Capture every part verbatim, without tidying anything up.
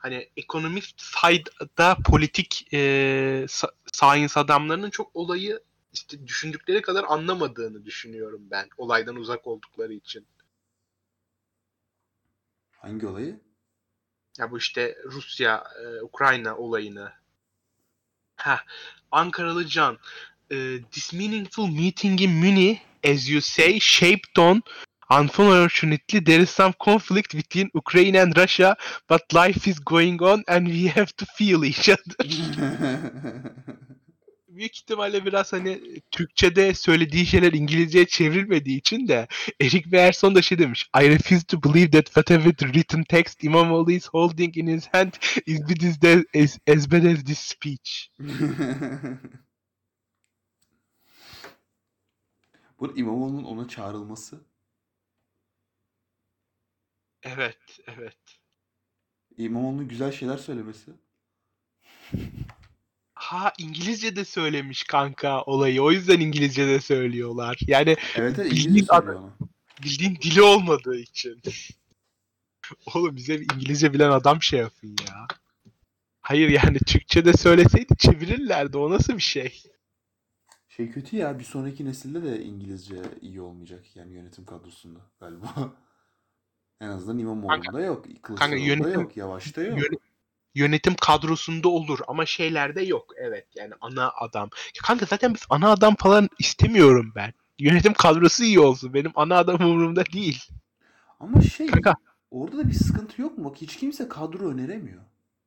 hani ekonomist side'da politik e, science adamlarının çok olayı işte düşündükleri kadar anlamadığını düşünüyorum ben. Olaydan uzak oldukları için. Hangi olayı? Ya bu işte Rusya, e, Ukrayna olayını. Ha, Ankaralı Can. E, this meaningful meeting in Munich, as you say, shaped on unfortunately there is some conflict between Ukraine and Russia, but life is going on and we have to feel each other. Büyük ihtimalle biraz hani Türkçe'de söylediği şeyler İngilizce'ye çevrilmediği için de Eric Bergson da şey demiş. I refuse to believe that whatever the written text İmamoğlu is holding in his hand is as, as bad as this speech. Bu İmamoğlu'nun ona çağrılması. Evet, evet. İmamoğlu'nun güzel şeyler söylemesi. Ha, İngilizce'de söylemiş kanka olayı. O yüzden İngilizce'de söylüyorlar. Yani Evet, evet İngilizce bildiğin, söylüyor onu. bildiğin dili olmadığı için. Oğlum bize bir İngilizce bilen adam şey yapın ya. Hayır yani Türkçe'de söyleseydi çevirirlerdi. O nasıl bir şey? Şey kötü ya, bir sonraki nesilde de İngilizce iyi olmayacak yani yönetim kadrosunda galiba. En azından Kanka, İmamoğlu'nda yok, kanka Kılıçdaroğlu'nda yönetim yok, Yavaş'ta yöne- yok. yönetim kadrosunda olur ama şeylerde yok. Evet yani ana adam. Kanka zaten biz ana adam falan istemiyorum ben. Yönetim kadrosu iyi olsun. Benim ana adam umurumda değil. Ama şey, Kanka orada da bir sıkıntı yok mu? Bak hiç kimse kadro öneremiyor.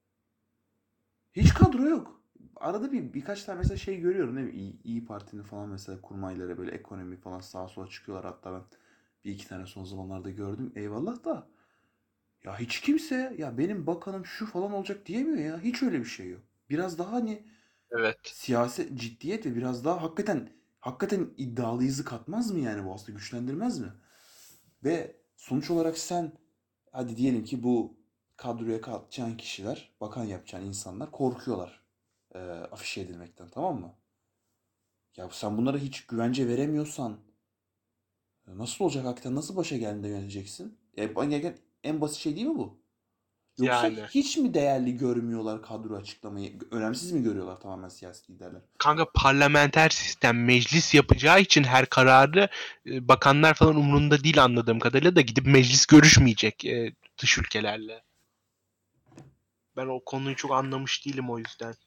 Hiç kadro yok. Arada bir birkaç tane mesela şey görüyorum değil mi? İyi, İyi Parti'nin falan mesela kurmayları böyle ekonomi falan sağa sola çıkıyorlar. Hatta ben bir iki tane son zamanlarda gördüm. Eyvallah da. Ya hiç kimse ya benim bakanım şu falan olacak diyemiyor ya. Hiç öyle bir şey yok. Biraz daha hani evet. siyasi ciddiyet ve biraz daha hakikaten hakikaten iddialı izı katmaz mı yani bu aslında güçlendirmez mi? Ve sonuç olarak sen hadi diyelim ki bu kadroya katacağın kişiler, bakan yapacağın insanlar korkuyorlar e, afişe edilmekten, tamam mı? Ya sen bunlara hiç güvence veremiyorsan nasıl olacak hakikaten, nasıl başa geldiğinde yöneteceksin? E, bana gereken en basit şey değil mi bu? Yoksa Yani. hiç mi değerli görmüyorlar kadro açıklamayı? Önemsiz mi görüyorlar tamamen siyasi liderler? Kanka parlamenter sistem meclis yapacağı için her kararı e, bakanlar falan umurunda değil anladığım kadarıyla da gidip meclis görüşmeyecek e, dış ülkelerle. Ben o konuyu çok anlamış değilim o yüzden.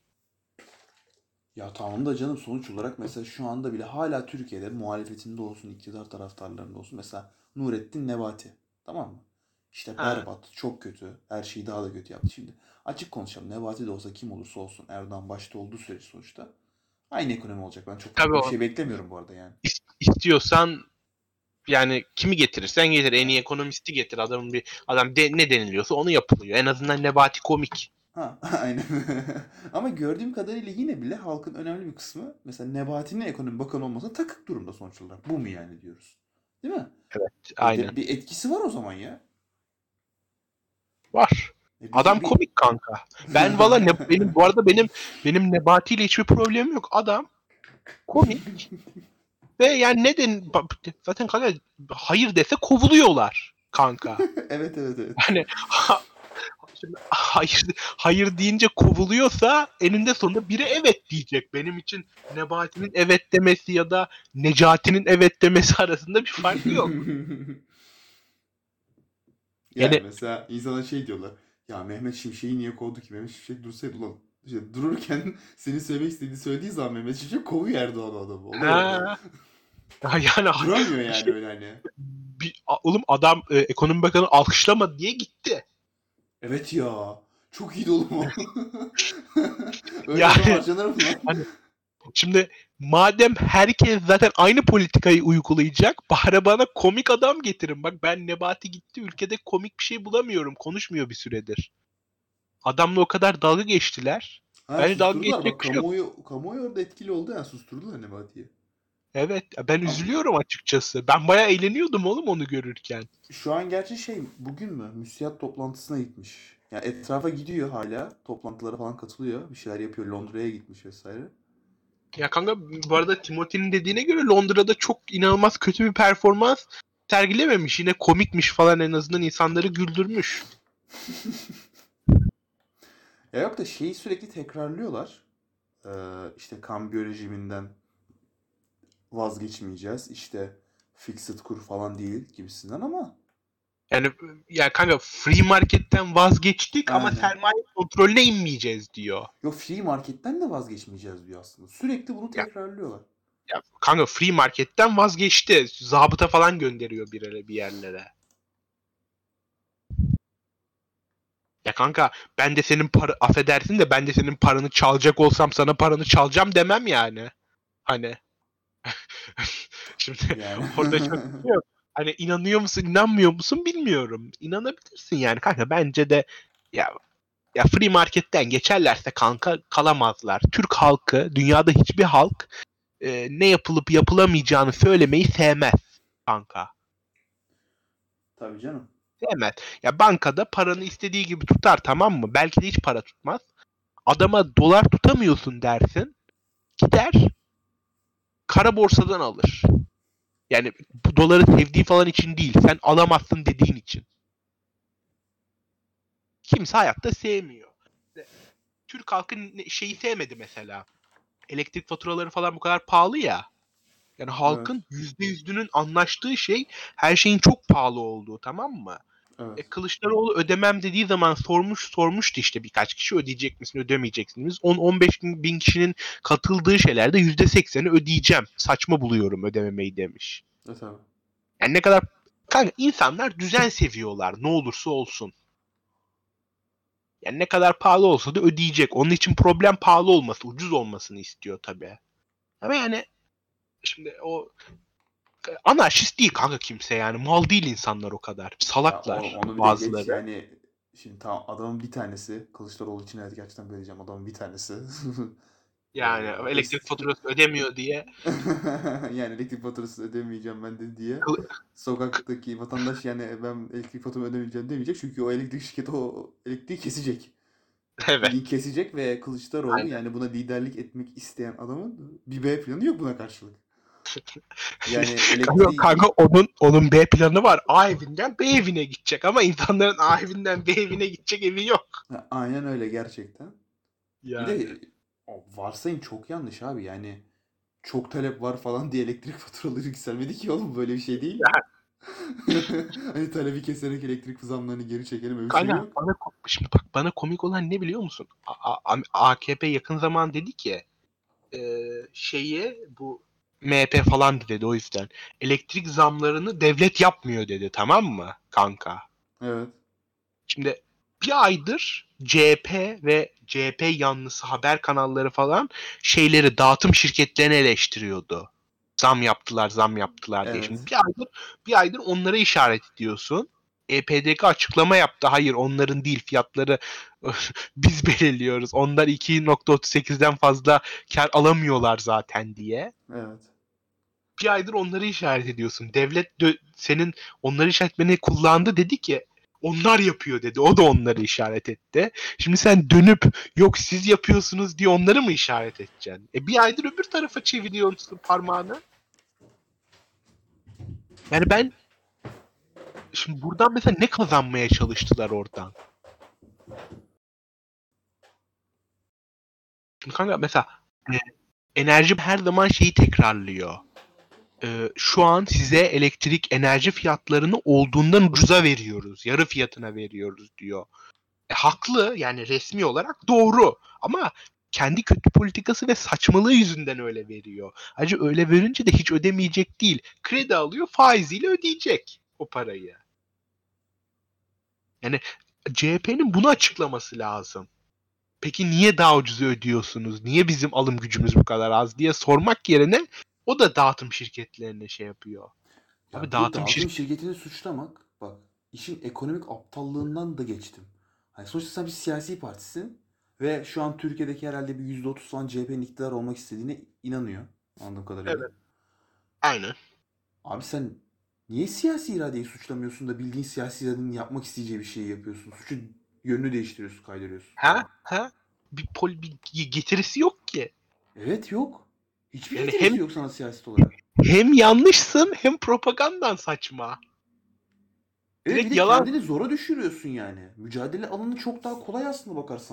Ya tamam da canım, sonuç olarak mesela şu anda bile hala Türkiye'de muhalefetinde olsun, iktidar taraftarlarında olsun mesela Nurettin Nebati. Tamam mı? İşte Ha. berbat, çok kötü, her şeyi daha da kötü yaptı. Şimdi açık konuşalım. Nebati de olsa kim olursa olsun Erdoğan başta olduğu sürece sonuçta aynı ekonomi olacak. Ben çok Tabii farklı bir o. şey beklemiyorum bu arada yani. İst- istiyorsan yani kimi getirirsen getir. En iyi ekonomisti getir. Adamın bir adam de, ne deniliyorsa onu yapılıyor. En azından Nebati komik. Ha, aynen. Ama gördüğüm kadarıyla yine bile halkın önemli bir kısmı mesela Nebati'nin ekonomi bakanı olmasına takık durumda sonuç olarak. Bu mu yani diyoruz. Değil mi? Evet, E aynen. de, bir etkisi var o zaman ya. Var. E Adam bir, bir... komik kanka. Ben valla ne, benim bu arada benim benim Nebati ile hiçbir problemim yok. Adam komik. Ve yani neden zaten kanka hayır dese kovuluyorlar kanka. Evet, evet, evet. Yani ha, şimdi hayır hayır deyince kovuluyorsa eninde sonunda biri evet diyecek. Benim için Nebati'nin evet demesi ya da Necati'nin evet demesi arasında bir fark yok. Yani Yani mesela insana şey diyorlar. Ya Mehmet Şimşek'i niye kovdu ki? Mehmet Şimşek dursaydı ulan. İşte dururken senin söylemek istediğini söylediği zaman Mehmet Şimşek kovuyor Erdoğan o adamı. Olay orada. ha, yani Duramıyor yani şey, öyle hani. bir, oğlum adam e, ekonomi bakanı alkışlama diye gitti. Evet ya. Çok iyi oğlum o. Öyle adam Yani harcanır mı lan? hani şimdi madem herkes zaten aynı politikayı uygulayacak, bari bana komik adam getirin. Bak ben Nebati gitti ülkede komik bir şey bulamıyorum. Konuşmuyor bir süredir. Adamla o kadar dalga geçtiler. Ha, Bence dalga susturdular. geçecek Bak bir şey yok. kamuoyu, kamuoyu orada etkili oldu yani, susturdular Nebati'yi. Evet ben Ama üzülüyorum açıkçası. Ben bayağı eğleniyordum oğlum onu görürken. şu an gerçi şey, bugün mü? MÜSİAD toplantısına gitmiş. Yani etrafa gidiyor hala. Toplantılara falan katılıyor. Bir şeyler yapıyor. Londra'ya gitmiş vesaire. Ya kanka bu arada Timothy'nin dediğine göre Londra'da çok inanılmaz kötü bir performans sergilememiş. Yine komikmiş falan en azından insanları güldürmüş. Ya yok da şeyi sürekli tekrarlıyorlar. Ee, işte kambiyo rejiminden vazgeçmeyeceğiz. İşte fixed kur falan değil gibisinden ama Yani ya kanka free marketten vazgeçtik ama aynen. sermaye kontrolüne inmeyeceğiz diyor. Yok free marketten de vazgeçmeyeceğiz diyor aslında. Sürekli bunu Ya, tekrarlıyorlar. ya kanka free marketten vazgeçti. Zabıta falan gönderiyor bir yere, bir yerlere. Ya kanka ben de senin para affedersin de ben de senin paranı çalacak olsam sana paranı çalacağım demem yani. Hani şimdi Yani orada çok bir şey yok. Hani inanıyor musun, inanmıyor musun bilmiyorum. İnanabilirsin yani kanka bence de ya ya free marketten geçerlerse kanka kalamazlar. Türk halkı, dünyada hiçbir halk e, ne yapılıp yapılamayacağını söylemeyi sevmez kanka. tabii canım. Sevmez. Ya bankada paranı istediği gibi tutar tamam mı? Belki de hiç para tutmaz. Adama dolar tutamıyorsun dersin. Gider kara borsadan alır. Yani bu doları sevdiği falan için değil. Sen alamazsın dediğin için. Kimse hayatta sevmiyor. Türk halkı şeyi sevmedi mesela. Elektrik faturaları falan bu kadar pahalı ya. Yani Evet. halkın yüzde yüzünün anlaştığı şey her şeyin çok pahalı olduğu tamam mı? Evet. E, Kılıçdaroğlu ödemem dediği zaman sormuş sormuştu işte birkaç kişi ödeyecek misin ödemeyecek misiniz? on on beş bin kişinin katıldığı şeylerde yüzde sekseni ödeyeceğim. Saçma buluyorum ödememeyi demiş. E tabii. Yani ne kadar kanka insanlar düzen seviyorlar ne olursa olsun. Yani ne kadar pahalı olsa da ödeyecek. Onun için problem pahalı olması, ucuz olmasını istiyor tabii. Ama yani şimdi o anarşist değil kanka kimse yani. Mal değil insanlar o kadar. Ya o- Salaklar onu bir de geç bazıları. yani şimdi tamam adamın bir tanesi Kılıçdaroğlu için evet gerçekten böyle diyeceğim adamın bir tanesi Yani Ee, elektrik ist faturası ödemiyor diye yani elektrik faturası ödemeyeceğim ben de diye kıl- sokaktaki vatandaş yani ben elektrik faturamı ödemeyeceğim demeyecek çünkü o elektrik şirketi o elektriği kesecek. evet. Bildiğin kesecek ve Kılıçdaroğlu Aynen. yani buna liderlik etmek isteyen adamın bir B planı yok buna karşılık. Yani kanka, elektriği kanka onun onun B planı var. A evinden B evine gidecek ama insanların A evinden B evine gidecek evi yok. Ha, aynen öyle gerçekten. Bir Yani. de o varsayım çok yanlış abi yani çok talep var falan diye elektrik faturaları yükselmedi ki oğlum böyle bir şey değil. Ya, Hani talebi keserek elektrik zamlarını geri çekelim öyle bir şey kanka yok. bana şimdi bak bana komik olan ne biliyor musun? A- A- A K P yakın zaman dedi ki e, şeyi bu M H P falan dedi o yüzden. Elektrik zamlarını devlet yapmıyor dedi tamam mı kanka? Evet. Şimdi bir aydır C H P ve C H P yanlısı haber kanalları falan şeyleri dağıtım şirketlerini eleştiriyordu. Zam yaptılar, zam yaptılar diye. Şimdi Evet. bir aydır bir aydır onlara işaret ediyorsun. E P D K açıklama yaptı. Hayır onların değil fiyatları biz belirliyoruz. Onlar iki nokta otuz sekizden fazla kar alamıyorlar zaten diye. Evet. Bir aydır onları işaret ediyorsun. Devlet de senin onları işaret etmeni kullandı dedi ki onlar yapıyor dedi. O da onları işaret etti. Şimdi sen dönüp yok siz yapıyorsunuz diye onları mı işaret edeceksin? E bir aydır öbür tarafa çeviriyorsun parmağını. Yani ben şimdi buradan mesela ne kazanmaya çalıştılar oradan? Şimdi kanka mesela e, enerji her zaman şeyi tekrarlıyor. E, şu an size elektrik enerji fiyatlarını olduğundan ucuza veriyoruz. Yarı fiyatına veriyoruz diyor. E, haklı yani resmi olarak doğru ama kendi kötü politikası ve saçmalığı yüzünden öyle veriyor. Ayrıca öyle verince de hiç ödemeyecek değil. Kredi alıyor faiziyle ödeyecek o parayı. Yani C H P'nin bunu açıklaması lazım. Peki niye daha ucuzu ödüyorsunuz? Niye bizim alım gücümüz bu kadar az diye sormak yerine o da dağıtım şirketlerine şey yapıyor. Abi Ya bir de dağıtım dağıtım şirketi şirketini suçlamak bak işin ekonomik aptallığından da geçtim. Hani sonuçta sen bir siyasi partisin ve şu an Türkiye'deki herhalde bir yüzde otuz falan C H P'nin iktidar olmak istediğine inanıyor anladığım kadarıyla. evet aynen. Abi sen niye siyasi iradeyi suçlamıyorsun da bildiğin siyasi iradenin yapmak isteyeceği bir şeyi yapıyorsun? Suçu yönünü değiştiriyorsun, kaydırıyorsun. Ha ha bir, pol, bir getirisi yok ki. Evet yok. Hiçbir Yani hem getirisi yok sana siyaset olarak. hem yanlışsın hem propagandan saçma. Evet bir Direkt de yalan. kendini zora düşürüyorsun yani. Mücadele alanı çok daha kolay aslında bakarsan.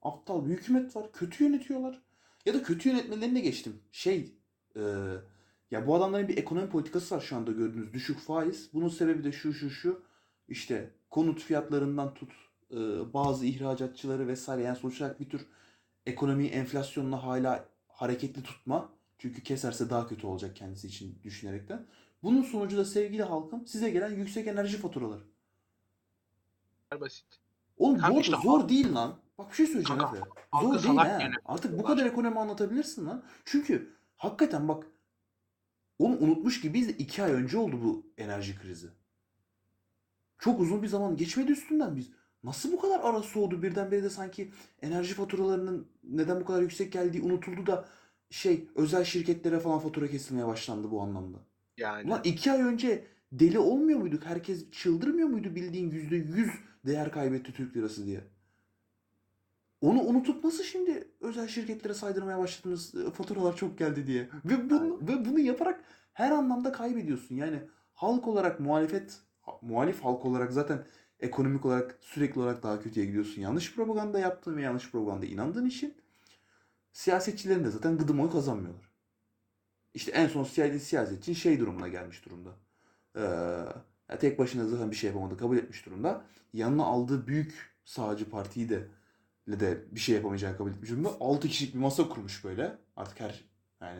Aptal bir hükümet var. Kötü yönetiyorlar. Ya da kötü yönetmelerini de geçtim. Şey, e, ya bu adamların bir ekonomi politikası var şu anda gördüğünüz düşük faiz. Bunun sebebi de şu şu şu. İşte konut fiyatlarından tut, e, bazı ihracatçıları vesaire. Yani sonuç olarak bir tür ekonomiyi enflasyonla hala hareketli tutma. Çünkü keserse daha kötü olacak kendisi için düşünerekten. Bunun sonucu da sevgili halkım size gelen yüksek enerji faturaları. Basit. Oğlum bu Kanka arada işte halk, zor değil lan. Bak bir şey söyleyeceğim kanka Efe. halkı Zor değil salak ha. Artık bu kadar yönetiyorlar. ekonomi anlatabilirsin lan. Çünkü hakikaten bak onu unutmuş gibiyiz de iki ay önce oldu bu enerji krizi. Çok uzun bir zaman geçmedi üstünden biz. Nasıl bu kadar ara soğudu birdenbire de sanki enerji faturalarının neden bu kadar yüksek geldiği unutuldu da şey özel şirketlere falan fatura kesilmeye başlandı bu anlamda. Yani Ulan iki ay önce deli olmuyor muyduk? Herkes çıldırmıyor muydu bildiğin yüzde yüz değer kaybetti Türk lirası diye? Onu unutup nasıl şimdi özel şirketlere saydırmaya başladınız e, faturalar çok geldi diye. Ve bunu, aynen. ve bunu yaparak her anlamda kaybediyorsun. Yani halk olarak muhalefet, ha- muhalif halk olarak zaten ekonomik olarak sürekli olarak daha kötüye gidiyorsun. Yanlış propaganda yaptığın ve yanlış propaganda inandığın için siyasetçilerin de zaten gıdım oy kazanmıyorlar. İşte en son siyasi siyasetçi şey durumuna gelmiş durumda. Ee, ya tek başına zaten bir şey yapamadı kabul etmiş durumda. Yanına aldığı büyük sağcı partiyi de de bir şey yapamayacağını kabul etmiş durumda. altı kişilik bir masa kurmuş böyle. Artık her yani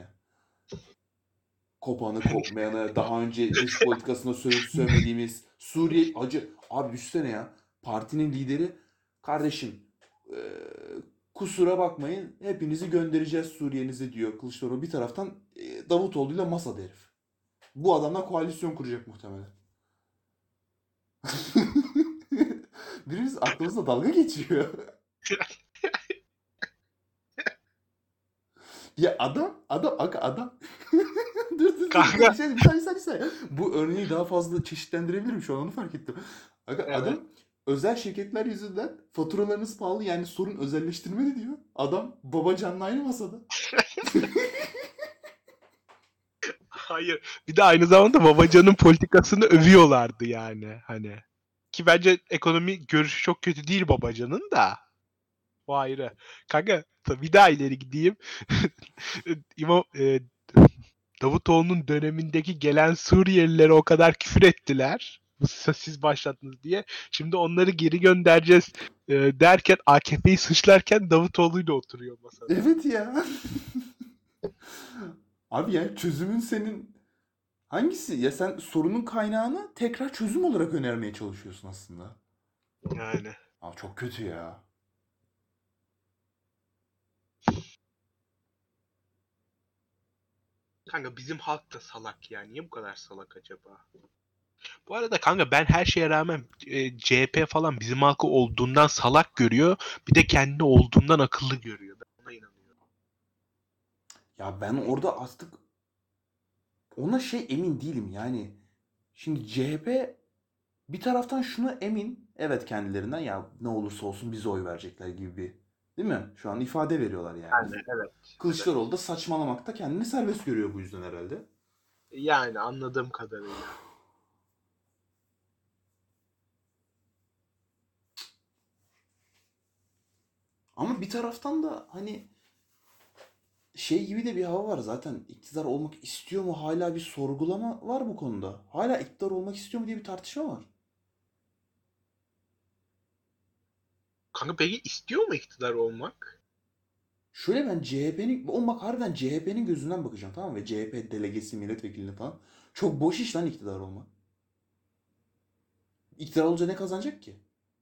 kopanı kopmayanı daha önce dış politikasında sövüp sövmediğimiz Suriye acı abi düşsene ya partinin lideri kardeşim e, kusura bakmayın hepinizi göndereceğiz Suriye'nize diyor Kılıçdaroğlu bir taraftan e, Davutoğlu'yla masada herif. Bu adamla koalisyon kuracak muhtemelen. Birimiz aklımızda dalga geçiyor. Ya adam, adam, aga adam. dur dur dur dur Kanka bir saniye bir saniye bir saniye. bir saniye. Bu örneği daha fazla çeşitlendirebilirim şu an onu fark ettim. Aga evet. adam özel şirketler yüzünden faturalarınız pahalı yani sorun özelleştirmeli diyor. Adam Babacan'la aynı masada. Hayır. Bir de aynı zamanda Babacan'ın politikasını övüyorlardı yani hani. Ki bence ekonomi görüşü çok kötü değil Babacan'ın da. O ayrı. Kanka bir daha ileri gideyim. İmam, e, Davutoğlu'nun dönemindeki gelen Suriyelilere o kadar küfür ettiler. Bu siz başlattınız diye. Şimdi onları geri göndereceğiz e, derken A K P'yi suçlarken Davutoğlu'yla oturuyor masada. Evet ya. Abi yani çözümün senin hangisi? Ya sen sorunun kaynağını tekrar çözüm olarak önermeye çalışıyorsun aslında. Yani. Abi çok kötü ya. Kanka bizim halk da salak ya. Niye bu kadar salak acaba? Bu arada kanka ben her şeye rağmen e, C H P falan bizim halkı olduğundan salak görüyor. Bir de kendini olduğundan akıllı görüyor. Ben ona inanıyorum. Ya ben orada artık ona şey emin değilim yani. Şimdi C H P bir taraftan şuna emin. Evet kendilerinden ya ne olursa olsun bize oy verecekler gibi bir. Değil mi? Şu an ifade veriyorlar yani. Yani evet. Evet. Kılıçdaroğlu da saçmalamakta kendini serbest görüyor bu yüzden herhalde. Yani anladığım kadarıyla. Ama bir taraftan da hani şey gibi de bir hava var zaten iktidar olmak istiyor mu hala bir sorgulama var bu konuda. Hala iktidar olmak istiyor mu diye bir tartışma var. Kanka peki istiyor mu iktidar olmak? Şöyle ben C H P'nin, olmak harbiden C H P'nin gözünden bakacağım tamam mı? Ve C H P delegesi, milletvekili falan. Çok boş iş lan iktidar olmak. İktidar olunca ne kazanacak ki?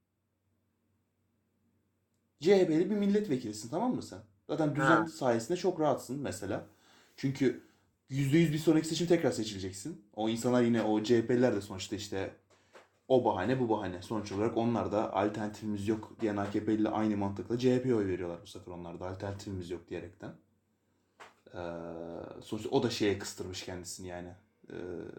C H P'li bir milletvekilisin tamam mı sen? Zaten düzen Ha. sayesinde çok rahatsın mesela. Çünkü yüzde yüz bir sonraki seçim tekrar seçileceksin. O insanlar yine o C H P'liler de sonuçta işte o bahane bu bahane. Sonuç olarak onlar da alternatifimiz yok diyen A K P ile aynı mantıkla C H P'ye oy veriyorlar bu sefer onlar da alternatifimiz yok diyerekten. Ee, sonuçta o da şeye kıstırmış kendisini yani. Ee,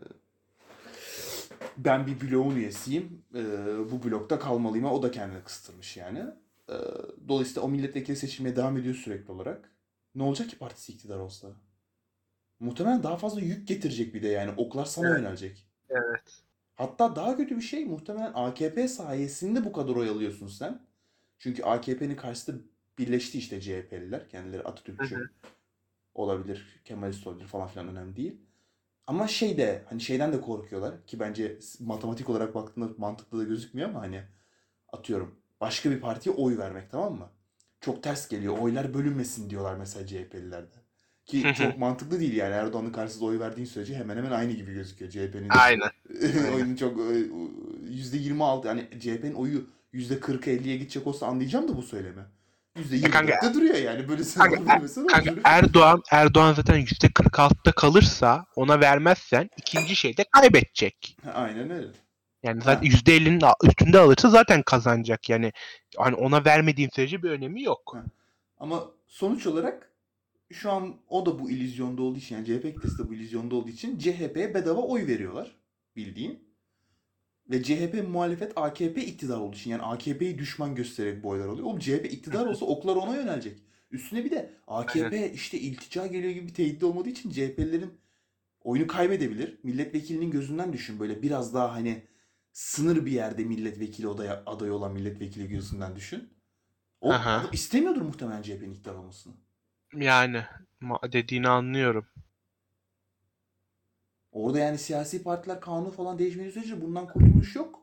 ben bir bloğun üyesiyim. Ee, bu blokta kalmalıyım. O da kendini kıstırmış yani. Ee, dolayısıyla o milletvekili seçilmeye devam ediyor sürekli olarak. Ne olacak ki partisi iktidar olsa? Muhtemelen daha fazla yük getirecek bir de yani. Oklar sana Evet. yönelecek. Evet. Hatta daha kötü bir şey muhtemelen A K P sayesinde bu kadar oy alıyorsun sen. Çünkü A K P'nin karşısında birleşti işte C H P'liler. Kendileri Hı Atatürkçü hı. olabilir, Kemalist olabilir falan filan önemli değil. Ama şey de hani şeyden de korkuyorlar ki bence matematik olarak baktığında mantıklı da gözükmüyor ama hani atıyorum başka bir partiye oy vermek, tamam mı? Çok ters geliyor. Oylar bölünmesin diyorlar mesela C H P'lilerde. Hı Ki hı. çok mantıklı değil yani Erdoğan'ın karşısında oy verdiğin sürece hemen hemen aynı gibi gözüküyor. C H P'nin Aynen. Aynen. oyunu çok e, yüzde yirmi altı yani C H P'nin oyu yüzde kırka elliye gidecek olsa anlayacağım da bu söylemi. Ya kanka, yüzde yirmi dörtte duruyor yani. Bölürsen kanka, olur Er- bölmesen kanka olur. Erdoğan Erdoğan zaten yüzde kırk altıda kalırsa, ona vermezsen ikinci şeyde kaybedecek. Aynen öyle. Yani zaten Ha, yüzde ellinin üstünde alırsa zaten kazanacak. Yani hani ona vermediğin sürece bir önemi yok. ha. Ama sonuç olarak şu an o da bu illüzyonda olduğu için yani C H P kitlesi de bu illüzyonda olduğu için C H P'ye bedava oy veriyorlar bildiğin. Ve C H P muhalefet A K P iktidar olduğu için yani A K P'yi düşman göstererek bu oylar oluyor. Oğlum C H P iktidar olsa oklar ona yönelecek. Üstüne bir de Aynen. A K P işte iltica geliyor gibi bir tehdit olmadığı için C H P'lilerin oyunu kaybedebilir. Milletvekilinin gözünden düşün böyle biraz daha hani sınır bir yerde milletvekili adaya, aday olan milletvekili gözünden düşün. O Aha. adam istemiyordur muhtemelen C H P'nin iktidar olmasını. Yani ma- dediğini anlıyorum. Orada yani siyasi partiler kanunu falan değişmediği sürece bundan kurtuluş yok.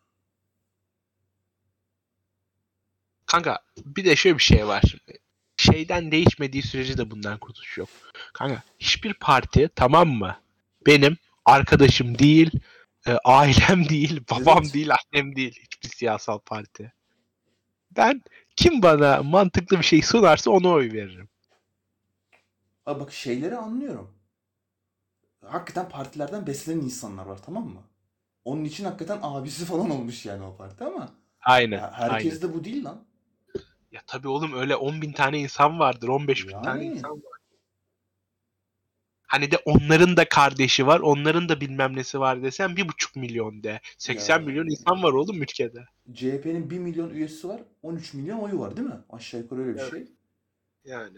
Kanka bir de şöyle bir şey var şimdi. Şeyden değişmediği sürece de bundan kurtuluş yok. Kanka hiçbir parti, tamam mı, benim arkadaşım değil, e, ailem değil, babam Evet. değil, annem değil, hiçbir siyasal parti. Ben, kim bana mantıklı bir şey sunarsa ona oy veririm. Abi bak şeyleri anlıyorum. Hakikaten partilerden beslenen insanlar var, tamam mı? Onun için hakikaten abisi falan olmuş yani o parti ama Aynen, ya aynen. herkes de bu değil lan. Ya tabii oğlum, öyle on bin tane insan vardır, on beş bin tane Yani insan var. Hani de onların da kardeşi var, onların da bilmem nesi var desen bir buçuk milyon de. seksen ya milyon insan var oğlum ülkede. C H P'nin bir milyon üyesi var. on üç milyon oyu var değil mi? Aşağı yukarı öyle bir Evet. şey. Yani.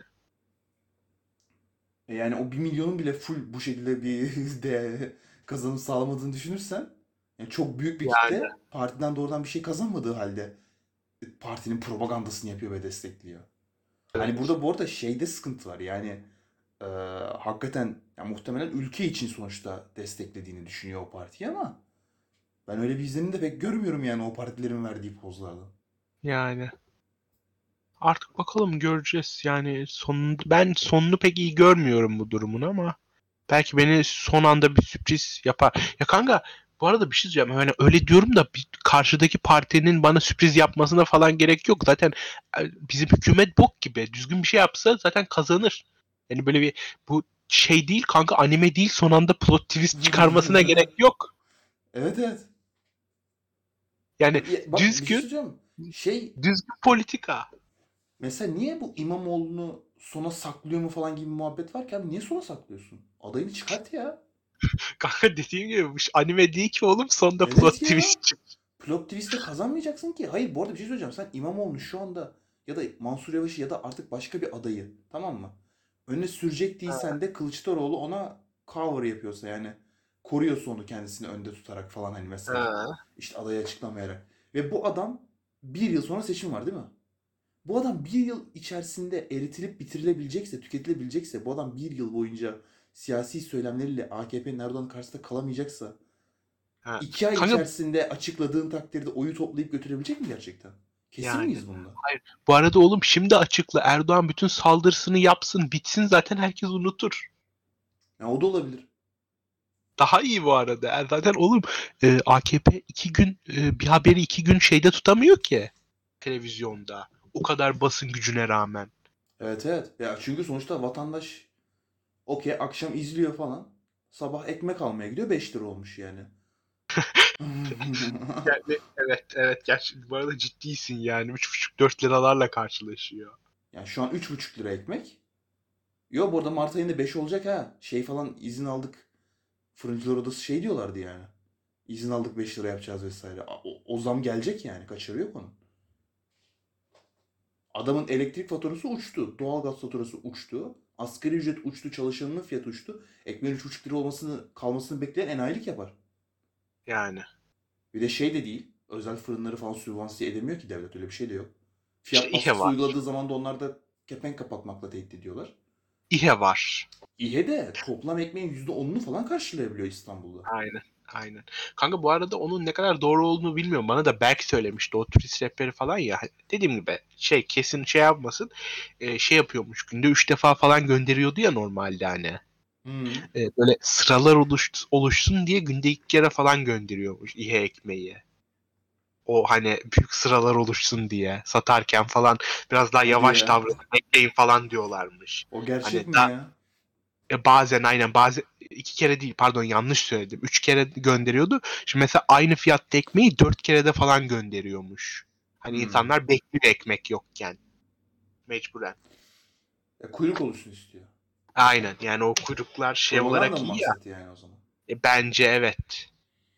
E yani o bir milyonun bile full bu şekilde bir de kazanım sağlamadığını düşünürsen yani çok büyük bir Yani. kitle partiden doğrudan bir şey kazanmadığı halde partinin propagandasını yapıyor ve destekliyor. Hani Evet. burada bu arada şeyde sıkıntı var yani e, hakikaten ya muhtemelen ülke için sonuçta desteklediğini düşünüyor o partiyi ama ben öyle bir izlenim de pek görmüyorum yani o partilerin verdiği pozlardan. Yani. Artık bakalım, göreceğiz. Yani sonunu, ben sonunu pek iyi görmüyorum bu durumun ama belki beni son anda bir sürpriz yapar. Ya kanka, bu arada bir şey diyeceğim. Yani öyle diyorum da bir karşıdaki partinin bana sürpriz yapmasına falan gerek yok. Zaten e, bizim hükümet bok gibi. Düzgün bir şey yapsa zaten kazanır. Yani böyle bir, bu şey değil kanka, anime değil, son anda plot twist çıkarmasına gerek yok. Evet, evet. Yani Ya bak bir şey düzgün söyleyeceğim. Şey düzgün politika. mesela niye bu İmamoğlu'nu sona saklıyor mu falan gibi bir muhabbet var ki abi niye sona saklıyorsun? Adayını çıkart ya. Kanka dediğim gibi bu anime değil ki oğlum, sonda plot Evet ya. twist çık. Plot twist'te kazanmayacaksın ki. Hayır bu arada bir şey söyleyeceğim. Sen İmamoğlu'nu şu anda ya da Mansur Yavaş'ı ya da artık başka bir adayı, tamam mı? Önüne sürecek değilsen de Kılıçdaroğlu ona cover yapıyorsa yani koruyorsa onu kendisini önde tutarak falan hani mesela Ha. işte adayı açıklamayarak. Ve bu adam bir yıl sonra seçim var değil mi? Bu adam bir yıl içerisinde eritilip bitirilebilecekse, tüketilebilecekse, bu adam bir yıl boyunca siyasi söylemleriyle A K P'nin Erdoğan'ın karşısında kalamayacaksa Ha. iki ay Kanka içerisinde açıkladığın takdirde oyu toplayıp götürebilecek mi gerçekten? Kesin yani. miyiz bunda? Hayır. Bu arada oğlum şimdi açıkla. Erdoğan bütün saldırısını yapsın, bitsin, zaten herkes unutur. Ya o da olabilir. Daha iyi bu arada. Er- Zaten oğlum e, A K P iki gün e, bir haberi iki gün şeyde tutamıyor ki. Televizyonda. O kadar basın gücüne rağmen. Evet, evet. Ya çünkü sonuçta vatandaş okey akşam izliyor falan. Sabah ekmek almaya gidiyor beş lira olmuş yani. Yani evet, evet, gerçi bu arada ciddiysin yani. üç buçuk dört liralarla karşılaşıyor. Yani şu an üç buçuk lira ekmek. Yo bu arada Mart ayında beş olacak ha. Şey falan izin aldık. Fırıncılar Odası şey diyorlardı yani. İzin aldık beş lira yapacağız vesaire. O, o zam gelecek yani. Kaçarı yok onun. Adamın elektrik faturası uçtu. Doğalgaz faturası uçtu. Asgari ücret uçtu. Çalışanının fiyatı uçtu. Ekmeğin üç buçuk lira olmasını kalmasını bekleyen enayilik yapar. Yani. Bir de şey de değil. Özel fırınları falan sübvanse edemiyor ki devlet. Öyle bir şey de yok. İşte Fiyat İHA baskısı var. uyguladığı zaman da onlar da kepenk kapatmakla tehdit ediyorlar. İHA var. İHE de toplam ekmeğin yüzde onunu falan karşılayabiliyor İstanbul'da. Aynen. Aynen. Kanka bu arada onun ne kadar doğru olduğunu bilmiyorum. Bana da Berk söylemişti. O turist rehberi falan ya. Dediğim gibi şey kesin şey yapmasın. Ee, şey yapıyormuş. Günde üç defa falan gönderiyordu ya normalde hani. Hı. Ee, böyle sıralar oluş, oluşsun diye günde iki kere falan gönderiyormuş İHA ekmeği. O hani büyük sıralar oluşsun diye satarken falan biraz daha Hadi yavaş ya. davranın bekleyin falan diyorlarmış. O Hani gerçek mi da ya? e, bazen aynen bazen iki kere değil pardon yanlış söyledim. Üç kere gönderiyordu. Şimdi mesela aynı fiyatta ekmeği dört kere de falan gönderiyormuş. Hani Hmm. insanlar bekliyor ekmek yokken mecburen. Ya kuyruk oluşsun istiyor. Aynen yani o kuyruklar şey Propaganda olarak mı iyi ya. maksat yani o zaman? E, bence evet.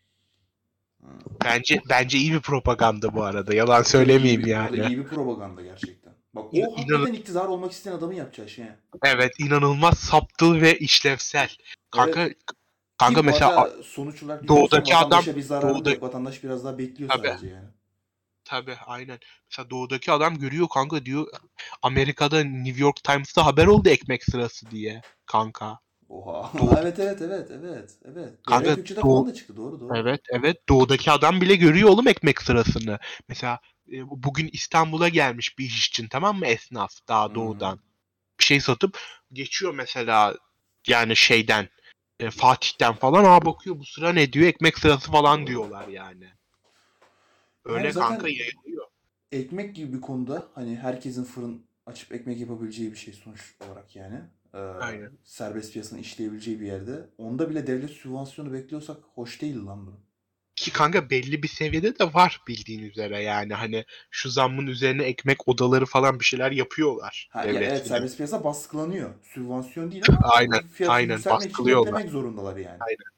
Hmm. Bence bence iyi bir propaganda bu arada. Yalan Tabii tabii iyi söylemeyeyim bir, bu arada yani. iyi bir propaganda gerçekten. Bak İn, o inan hakikaten iktidar olmak isteyen adamın yapacağı şey. evet inanılmaz saptıl ve işlevsel. Evet. Kanka Ki kanka bu mesela arada sonuç olarak düşünürsen doğudaki adam vatandaşa bir zararı da doğuda yok. Vatandaş biraz daha bekliyor tabii sadece yani. tabii aynen. Mesela doğudaki adam görüyor kanka diyor Amerika'da New York Times'ta haber oldu ekmek sırası diye kanka. Oha. Doğu, Evet evet evet evet evet. Devlet kanka Türkçe'de doğu, falan da çıktı. Doğru doğru. evet evet doğudaki adam bile görüyor oğlum ekmek sırasını. Mesela e, bugün İstanbul'a gelmiş bir iş için tamam mı esnaf Hı daha hı. doğudan. Bir şey satıp geçiyor mesela yani şeyden e, Fatih'ten falan aa bakıyor bu sıra ne diyor ekmek sırası falan diyorlar yani. Yani Öyle kanka zaten yayılıyor. ekmek gibi bir konuda hani herkesin fırın açıp ekmek yapabileceği bir şey sonuç olarak yani. Ee, Aynen. serbest piyasanın işleyebileceği bir yerde. Onda bile devlet sübvansiyonu bekliyorsak hoş değil lan bu. Ki kanka belli bir seviyede de var bildiğin üzere yani hani şu zammın üzerine ekmek odaları falan bir şeyler yapıyorlar Ha, ya evet devlet bile. serbest piyasa baskılanıyor. Sübvansiyon değil ama Aynen fiyatı aynen yükseltmek için baskılıyorlar. beklemek zorundalar yani. Aynen.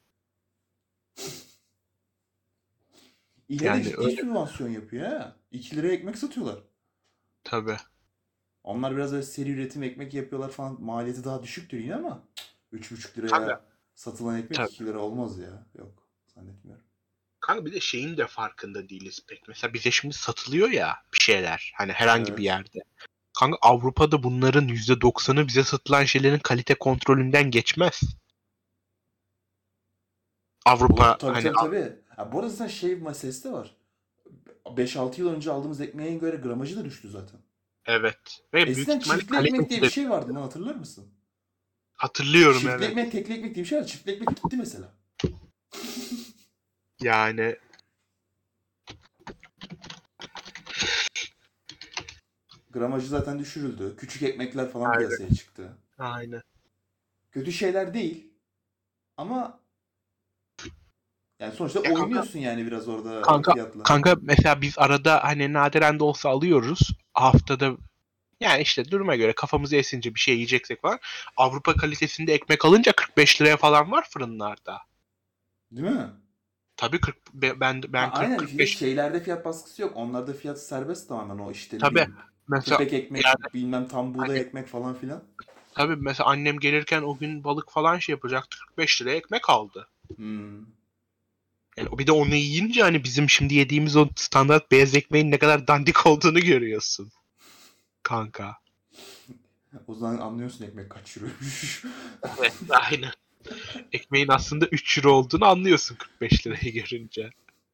İHA de Yani ciddi öyle sübvansiyon yapıyor ha. iki liraya ekmek satıyorlar. tabii. Onlar biraz böyle seri üretim ekmek yapıyorlar falan. Maliyeti daha düşüktür yine ama üç buçuk Kanka liraya satılan ekmek tabii. iki lira olmaz ya. Yok zannetmiyorum. Kanka bir de şeyin de farkında değiliz pek. Mesela bize şimdi satılıyor ya bir şeyler hani herhangi bir Evet. yerde. Kanka Avrupa'da bunların yüzde doksanı bize satılan şeylerin kalite kontrolünden geçmez. Ola, Avrupa tabii hani tabii tabii. Ha, bu arada zaten şey meselesi de var. beş altı yıl önce aldığımız ekmeğe göre gramajı da düştü zaten. evet ve büyük Eskiden ihtimalle çiftli ekmek kalitesi diye bir de şey vardı lan hatırlar mısın? hatırlıyorum Çiftli evet. ekmek, tekli ekmek diye bir şey var. Çiftli ekmek gitti mesela. Yani Gramajı zaten düşürüldü. Küçük ekmekler falan aynen piyasaya çıktı. aynen. Kötü şeyler değil ama yani sonuçta Ya kanka oynuyorsun yani biraz orada kanka fiyatla. kanka mesela biz arada hani nadiren de olsa alıyoruz. Haftada yani işte duruma göre kafamızı esince bir şey yiyeceksek falan. Avrupa kalitesinde ekmek alınca kırk beş liraya falan var fırınlarda. Değil mi? Tabii kırk be- ben Ha ben aynen işte kırk kırk beş şeylerde fiyat baskısı yok. Onlarda fiyat serbest tamamen o işte ne tabii bileyim. mesela Kepek ekmek, yani bilmem tam buğday hani ekmek falan filan. tabii mesela annem gelirken o gün balık falan şey yapacaktı kırk beş liraya ekmek aldı. Hmm. Yani bir de onu yiyince hani bizim şimdi yediğimiz o standart beyaz ekmeğin ne kadar dandik olduğunu görüyorsun kanka. O zaman anlıyorsun ekmek kaç euroymuş. Evet, aynen. Ekmeğin aslında üç euro olduğunu anlıyorsun kırk beş lirayı görünce.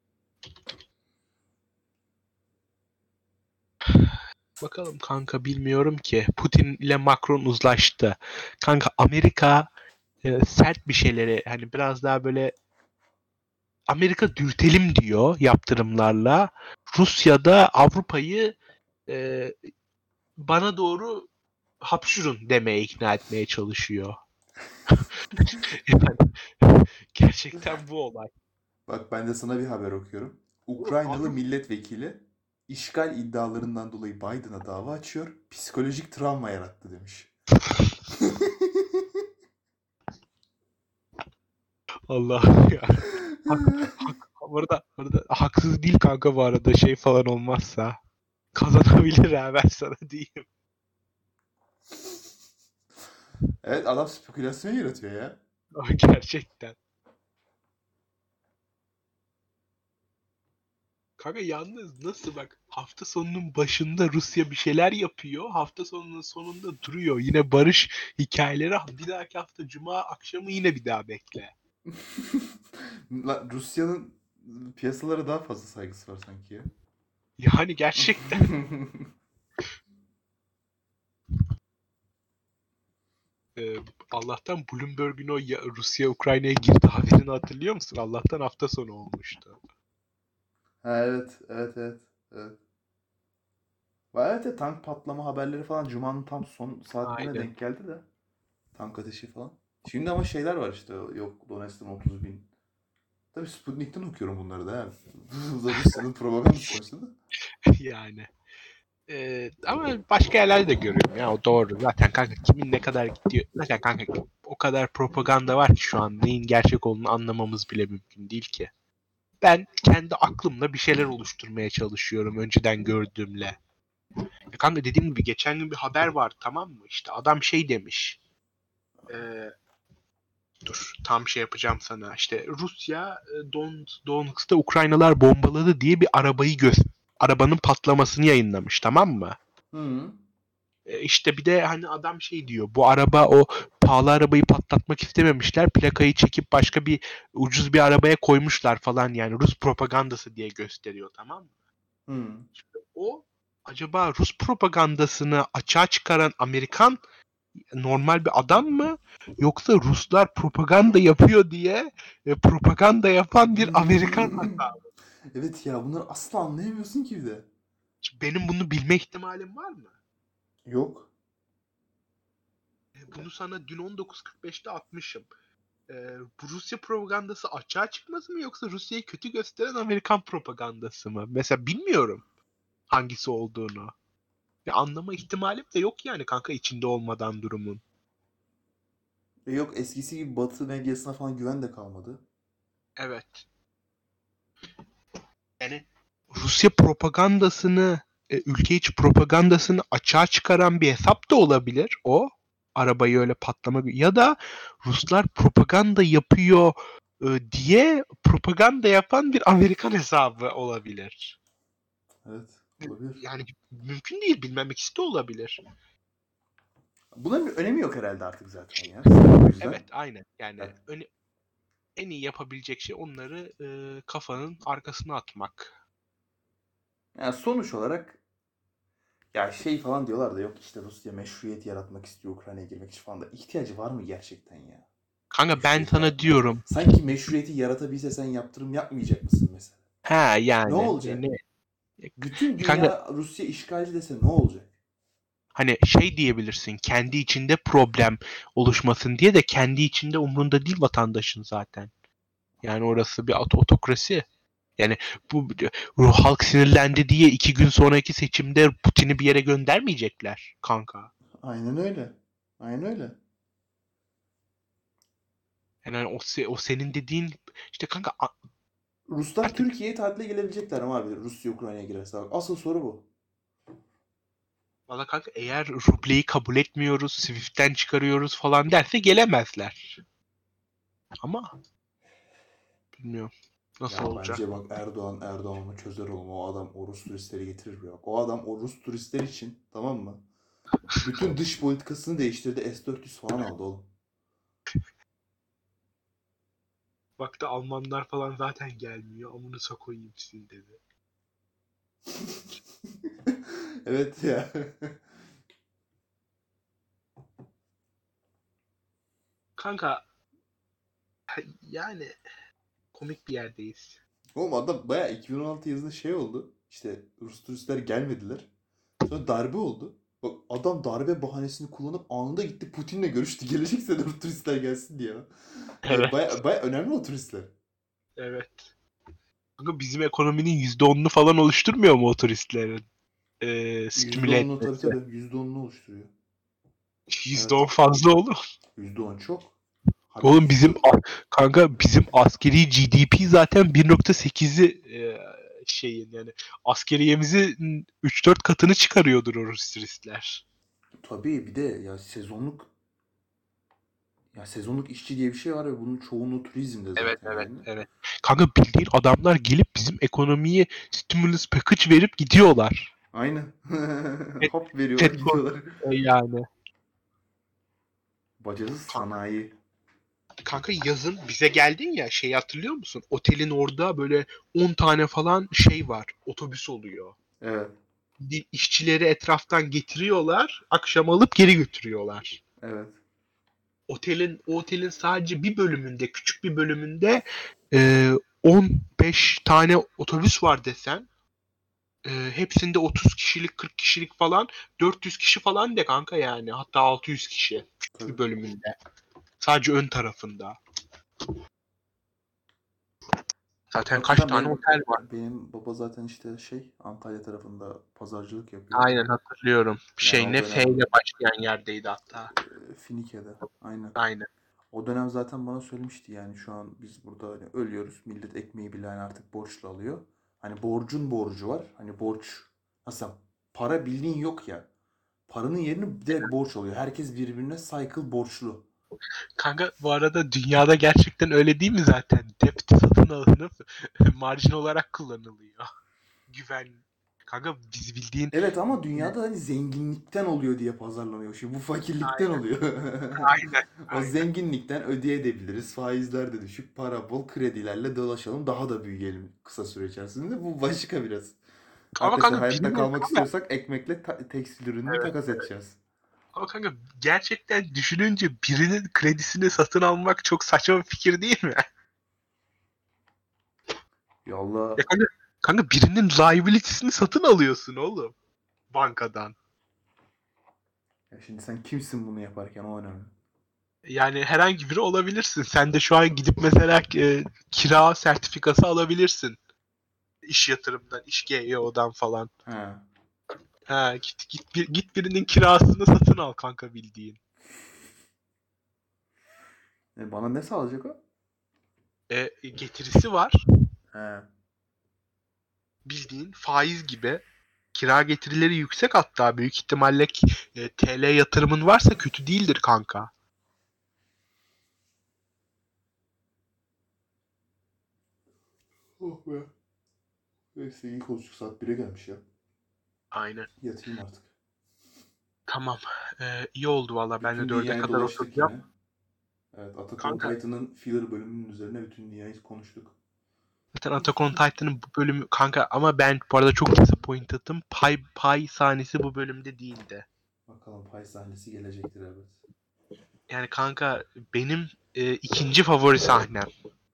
Bakalım kanka bilmiyorum ki. Putin ile Macron uzlaştı. Kanka Amerika e, sert bir şeyleri hani biraz daha böyle Amerika dürtelim diyor yaptırımlarla. Rusya da Avrupa'yı e, bana doğru hapşurun demeye ikna etmeye çalışıyor. Yani gerçekten bu olay. Bak ben de sana bir haber okuyorum. Oğlum Ukraynalı Avrupa milletvekili işgal iddialarından dolayı Biden'a dava açıyor. Psikolojik travma yarattı demiş. Allah ya. Hak, hak, bu arada, bu arada haksız değil kanka bu arada şey falan olmazsa. Kazanabilir ha ben sana diyeyim. Evet adam spekülasyon yaratıyor ya. Gerçekten. Kanka yalnız nasıl bak hafta sonunun başında Rusya bir şeyler yapıyor. Hafta sonunun sonunda duruyor. Yine barış hikayeleri bir dahaki hafta Cuma akşamı yine bir daha bekle. La- Rusya'nın piyasalara daha fazla saygısı var sanki ya. Yani gerçekten. Ee, Allah'tan Bloomberg'ün o ya- Rusya Ukrayna'ya girdi haberini hatırlıyor musun? Allah'tan hafta sonu olmuştu. Ha, evet, evet, evet, evet. Vay, evet, ya, tank patlama haberleri falan Cuma'nın tam son saatlerine Aynen. denk geldi de. Tank ateşi falan. Şimdi ama şeyler var işte. Yok, Donetsk'ten otuz bin. Tabii Sputnik'ten okuyorum bunları da. Yani. Bu da Rusya'nın propagandası sonuçta da. Yani. Ee, ama başka yerlerde de görüyorum ya o doğru. Zaten kanka kimin ne kadar gidiyor. Zaten kanka o kadar propaganda var ki şu an neyin gerçek olduğunu anlamamız bile mümkün değil ki. Ben kendi aklımla bir şeyler oluşturmaya çalışıyorum önceden gördüğümle. Ya kanka dediğim gibi geçen gün bir haber var tamam mı? İşte adam şey demiş. Ee, dur tam şey yapacağım sana. İşte Rusya e, Don, Donetsk'ta Ukraynalar bombaladı diye bir arabayı göz arabanın patlamasını yayınlamış tamam mı? Hı. E, İşte bir de hani adam şey diyor. Bu araba o pahalı arabayı patlatmak istememişler. Plakayı çekip başka bir ucuz bir arabaya koymuşlar falan yani Rus propagandası diye gösteriyor tamam mı? Hı. O acaba Rus propagandasını açığa çıkaran Amerikan normal bir adam mı? Yoksa Ruslar propaganda yapıyor diye e, propaganda yapan bir Amerikan hata. Evet ya, bunları asla anlayamıyorsun ki bir de. Benim bunu bilme ihtimalim var mı? Yok. E, Bunu sana dün on dokuz kırk beşte atmışım. Ee, bu Rusya propagandası açığa çıkması mı yoksa Rusya'yı kötü gösteren Amerikan propagandası mı? Mesela bilmiyorum hangisi olduğunu. Ve anlama ihtimalim de yok yani kanka içinde olmadan durumun. E yok, eskisi gibi Batı medyasına falan güven de kalmadı. Evet. Yani Rusya propagandasını, e, ülke içi propagandasını açığa çıkaran bir hesap da olabilir o. Arabayı öyle patlama ya da Ruslar propaganda yapıyor e, diye propaganda yapan bir Amerikan hesabı olabilir. Evet, olabilir. Yani mümkün değil bilmem ikisi de olabilir. Bunların bir önemi yok herhalde artık zaten ya. Sırf o yüzden. Evet aynen yani Ya, öne- en iyi yapabilecek şey onları e, kafanın arkasına atmak. yani sonuç olarak ya şey falan diyorlar da, yok işte Rusya meşruiyet yaratmak istiyor Ukrayna'ya girmek için falan da. İhtiyacı var mı gerçekten ya? Kanka ben Meşruiyet sana yaratmaya. diyorum Sanki meşruiyeti yaratabilse sen yaptırım yapmayacak mısın mesela? ha Ne yani e, olacak? ne Bütün kanka dünya Rusya işgalci dese ne olacak? hani şey diyebilirsin kendi içinde problem oluşmasın diye de kendi içinde umrunda değil vatandaşın zaten. Yani orası bir ot- otokrasi. Yani bu ruh halk sinirlendi diye iki gün sonraki seçimde Putin'i bir yere göndermeyecekler kanka. Aynen öyle. Aynen öyle. Yani hani o, se- o senin dediğin işte kanka a- Ruslar artık Türkiye'ye tatile gelebilecekler ama abi Rusya Ukrayna'ya girerse. Bak, asıl soru bu. valla kanka eğer rubleyi kabul etmiyoruz, Swift'ten çıkarıyoruz falan derse gelemezler. Ama bilmiyorum nasıl Ya olacak. bence bak, Erdoğan Erdoğan'ı çözer oğlum. O adam o Rus turistleri getirir bir bak. O adam o Rus turistler için, tamam mı? Bütün dış politikasını değiştirdi. S dört yüz falan aldı oğlum. Baktı Almanlar falan zaten gelmiyor. Amınıza koyayım sizin dedi. Evet ya. Kanka yani komik bir yerdeyiz. Oğlum adam baya iki bin on altı yazında şey oldu. İşte Rus turistler gelmediler. Sonra darbe oldu. Bak, adam darbe bahanesini kullanıp anında gitti Putin'le görüştü. Gelecekse de Rus turistler gelsin diye. Yani Evet. baya, baya önemli o turistler. Evet. Kanka bizim ekonominin yüzde onunu falan oluşturmuyor mu o turistlerin? Ee, stimüle yüzde onunu tabii etmesi. tabii. yüzde onunu oluşturuyor. yüzde on Evet. fazla olur. yüzde on çok. Hatta Oğlum yüzde bizim a- kanka bizim askeri G D P zaten bir nokta sekizi e, şeyin yani askeriyemizi üç dört katını çıkarıyordur o Rus turistler. tabii bir de ya sezonluk, Ya sezonluk işçi diye bir şey var ve bunun çoğunluğu turizmde Evet, zaten evet, yani. evet. Kanka bildiğin adamlar gelip bizim ekonomiye stimulus package verip gidiyorlar. Aynen. Pet, Hop veriyorlar petrol gidiyorlar. e, yani. Bacasız Kanka, sanayi. kanka yazın bize geldin ya, şey hatırlıyor musun? Otelin orada böyle on tane falan şey var. Otobüs oluyor. Evet. Di- işçileri etraftan getiriyorlar. Akşam alıp geri götürüyorlar. Evet. Otelin o otelin sadece bir bölümünde, küçük bir bölümünde e, on beş tane otobüs var desen. E, hepsinde otuz kişilik, kırk kişilik falan, dört yüz kişi falan de kanka yani. Hatta altı yüz kişi küçük bir Tabii. bölümünde. Sadece ön tarafında. Zaten kaç Hakikaten tane benim otel var. benim baba zaten işte şey Antalya tarafında pazarcılık yapıyor. Aynen hatırlıyorum. Yani Şey o ne F ile dönem başlayan yerdeydi hatta. e, Finike'de. Aynen. Aynen. O dönem zaten bana söylemişti yani şu an biz burada hani ölüyoruz. Millet ekmeği bile hani artık borçla alıyor. Hani borcun borcu var. Hani borç nasıl para bildiğin yok ya. Paranın yerini direkt borç alıyor. Herkes birbirine cycle borçlu. Kanka bu arada dünyada gerçekten öyle değil mi zaten? Debt satın alınıp marjin olarak kullanılıyor. Güven. Kanka biz bildiğin Evet ama dünyada hani zenginlikten oluyor diye pazarlanıyor. Şimdi bu fakirlikten aynen, oluyor. aynen, O aynen. zenginlikten ödeyebiliriz. Faizler de düşük. Para bol. Kredilerle dolaşalım. Daha da büyüyelim kısa süre içerisinde. Bu başka biraz. Ama Arkadaşlar kanka hayatta birinin kalmak ama, istiyorsak ekmekle ta- tekstil ürününü evet, takas evet. edeceğiz. Ama kanka gerçekten düşününce birinin kredisini satın almak çok saçma bir fikir değil mi? Ya Allah. Ya kanka, kanka birinin liability'sini satın alıyorsun oğlum bankadan. Ya şimdi sen kimsin bunu yaparken o önemli. Yani herhangi biri olabilirsin. Sen de şu an gidip mesela e, kira sertifikası alabilirsin. İş yatırımdan, iş G E O'dan falan. Ha. Ha, git git bir, git birinin kirasını satın al kanka bildiğin. E bana ne sağlayacak o? E, getirisi var He. bildiğin faiz gibi. Kira getirileri yüksek, hatta büyük ihtimalle ki, e, T L yatırımın varsa kötü değildir kanka. Oh be. Neyse iyi konuştuk. Saat bire gelmiş ya. Aynen. Yatayım artık. Tamam. E, iyi oldu valla. Ben de Bütün dörde dünyayı kadar dolaştık oturacağım. yine. Evet, Attack on Kanka Titan'ın filler bölümünün üzerine bütün dünyayı konuştuk. zaten Attack on Titan'ın bu bölümü kanka, ama ben bu arada çok disappointed'ım. Pay, pay sahnesi bu bölümde değildi. Bakalım pay sahnesi gelecektir evet. Yani kanka benim e, ikinci favori sahnem.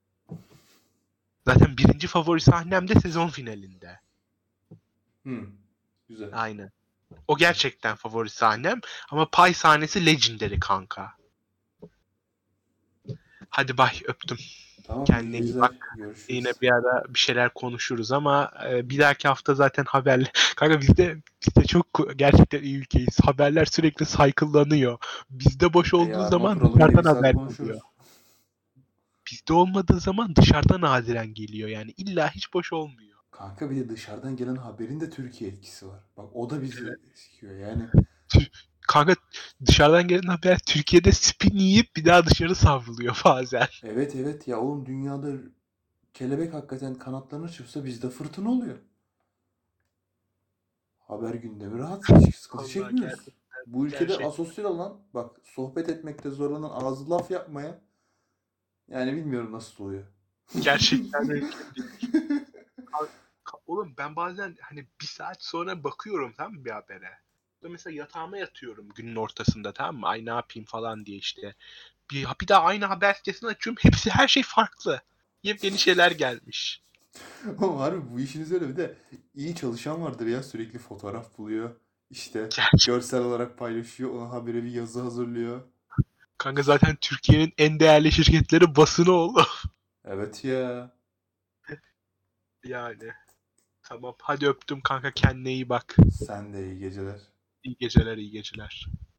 Zaten birinci favori sahnem de sezon finalinde. Hmm, güzel. Aynen. O gerçekten favori sahnem. Ama pay sahnesi legendary kanka. Hadi bay, öptüm. Tamam iyi Kendine iyi geceler. bak. Yine Görüşürüz. bir ara bir şeyler konuşuruz ama e, bir dahaki hafta zaten haberler. Kanka bizde bizde çok gerçekten iyi ülkeyiz. Haberler sürekli cycle'lanıyor. Bizde boş E olduğu yarın zaman oturalım yine bir dışarıdan saat haber geliyor. konuşuruz. Bizde olmadığı zaman dışarıdan nadiren geliyor. Yani illa hiç boş olmuyor. Kanka bir de dışarıdan gelen haberin de Türkiye etkisi var. Bak o da bizi sikiyor yani. Tü- Kanka dışarıdan gelen haber Türkiye'de spin yiyip bir daha dışarı savruluyor bazen. Evet evet ya oğlum dünyada kelebek hakikaten kanatlarını çırpsa bizde fırtına oluyor. Haber gündemi rahat. Hiç sıkıntı Allah çekmiyoruz. gerçek, Bu ülkede gerçek, asosyal olan bak sohbet etmekte zorlanan ağzı laf yapmaya yani bilmiyorum nasıl oluyor. gerçekten mümkün değil. Ka- Oğlum ben bazen hani bir saat sonra bakıyorum tamam mı bir habere. Da mesela yatağıma yatıyorum günün ortasında, tamam mı? Ay ne yapayım falan diye işte. Bir, bir daha aynı haber sitesini açıyorum. Hepsi, her şey farklı. Yepyeni şeyler gelmiş. Ama harbi bu işin üzerine bir de iyi çalışan vardır ya sürekli fotoğraf buluyor. İşte Gerçek. görsel olarak paylaşıyor. Ona habere bir yazı hazırlıyor. Kanka zaten Türkiye'nin en değerli şirketleri basını oldu. Evet ya. Yani. Tamam hadi öptüm kanka, kendine iyi bak. Sen de iyi geceler. İyi geceler, iyi geceler.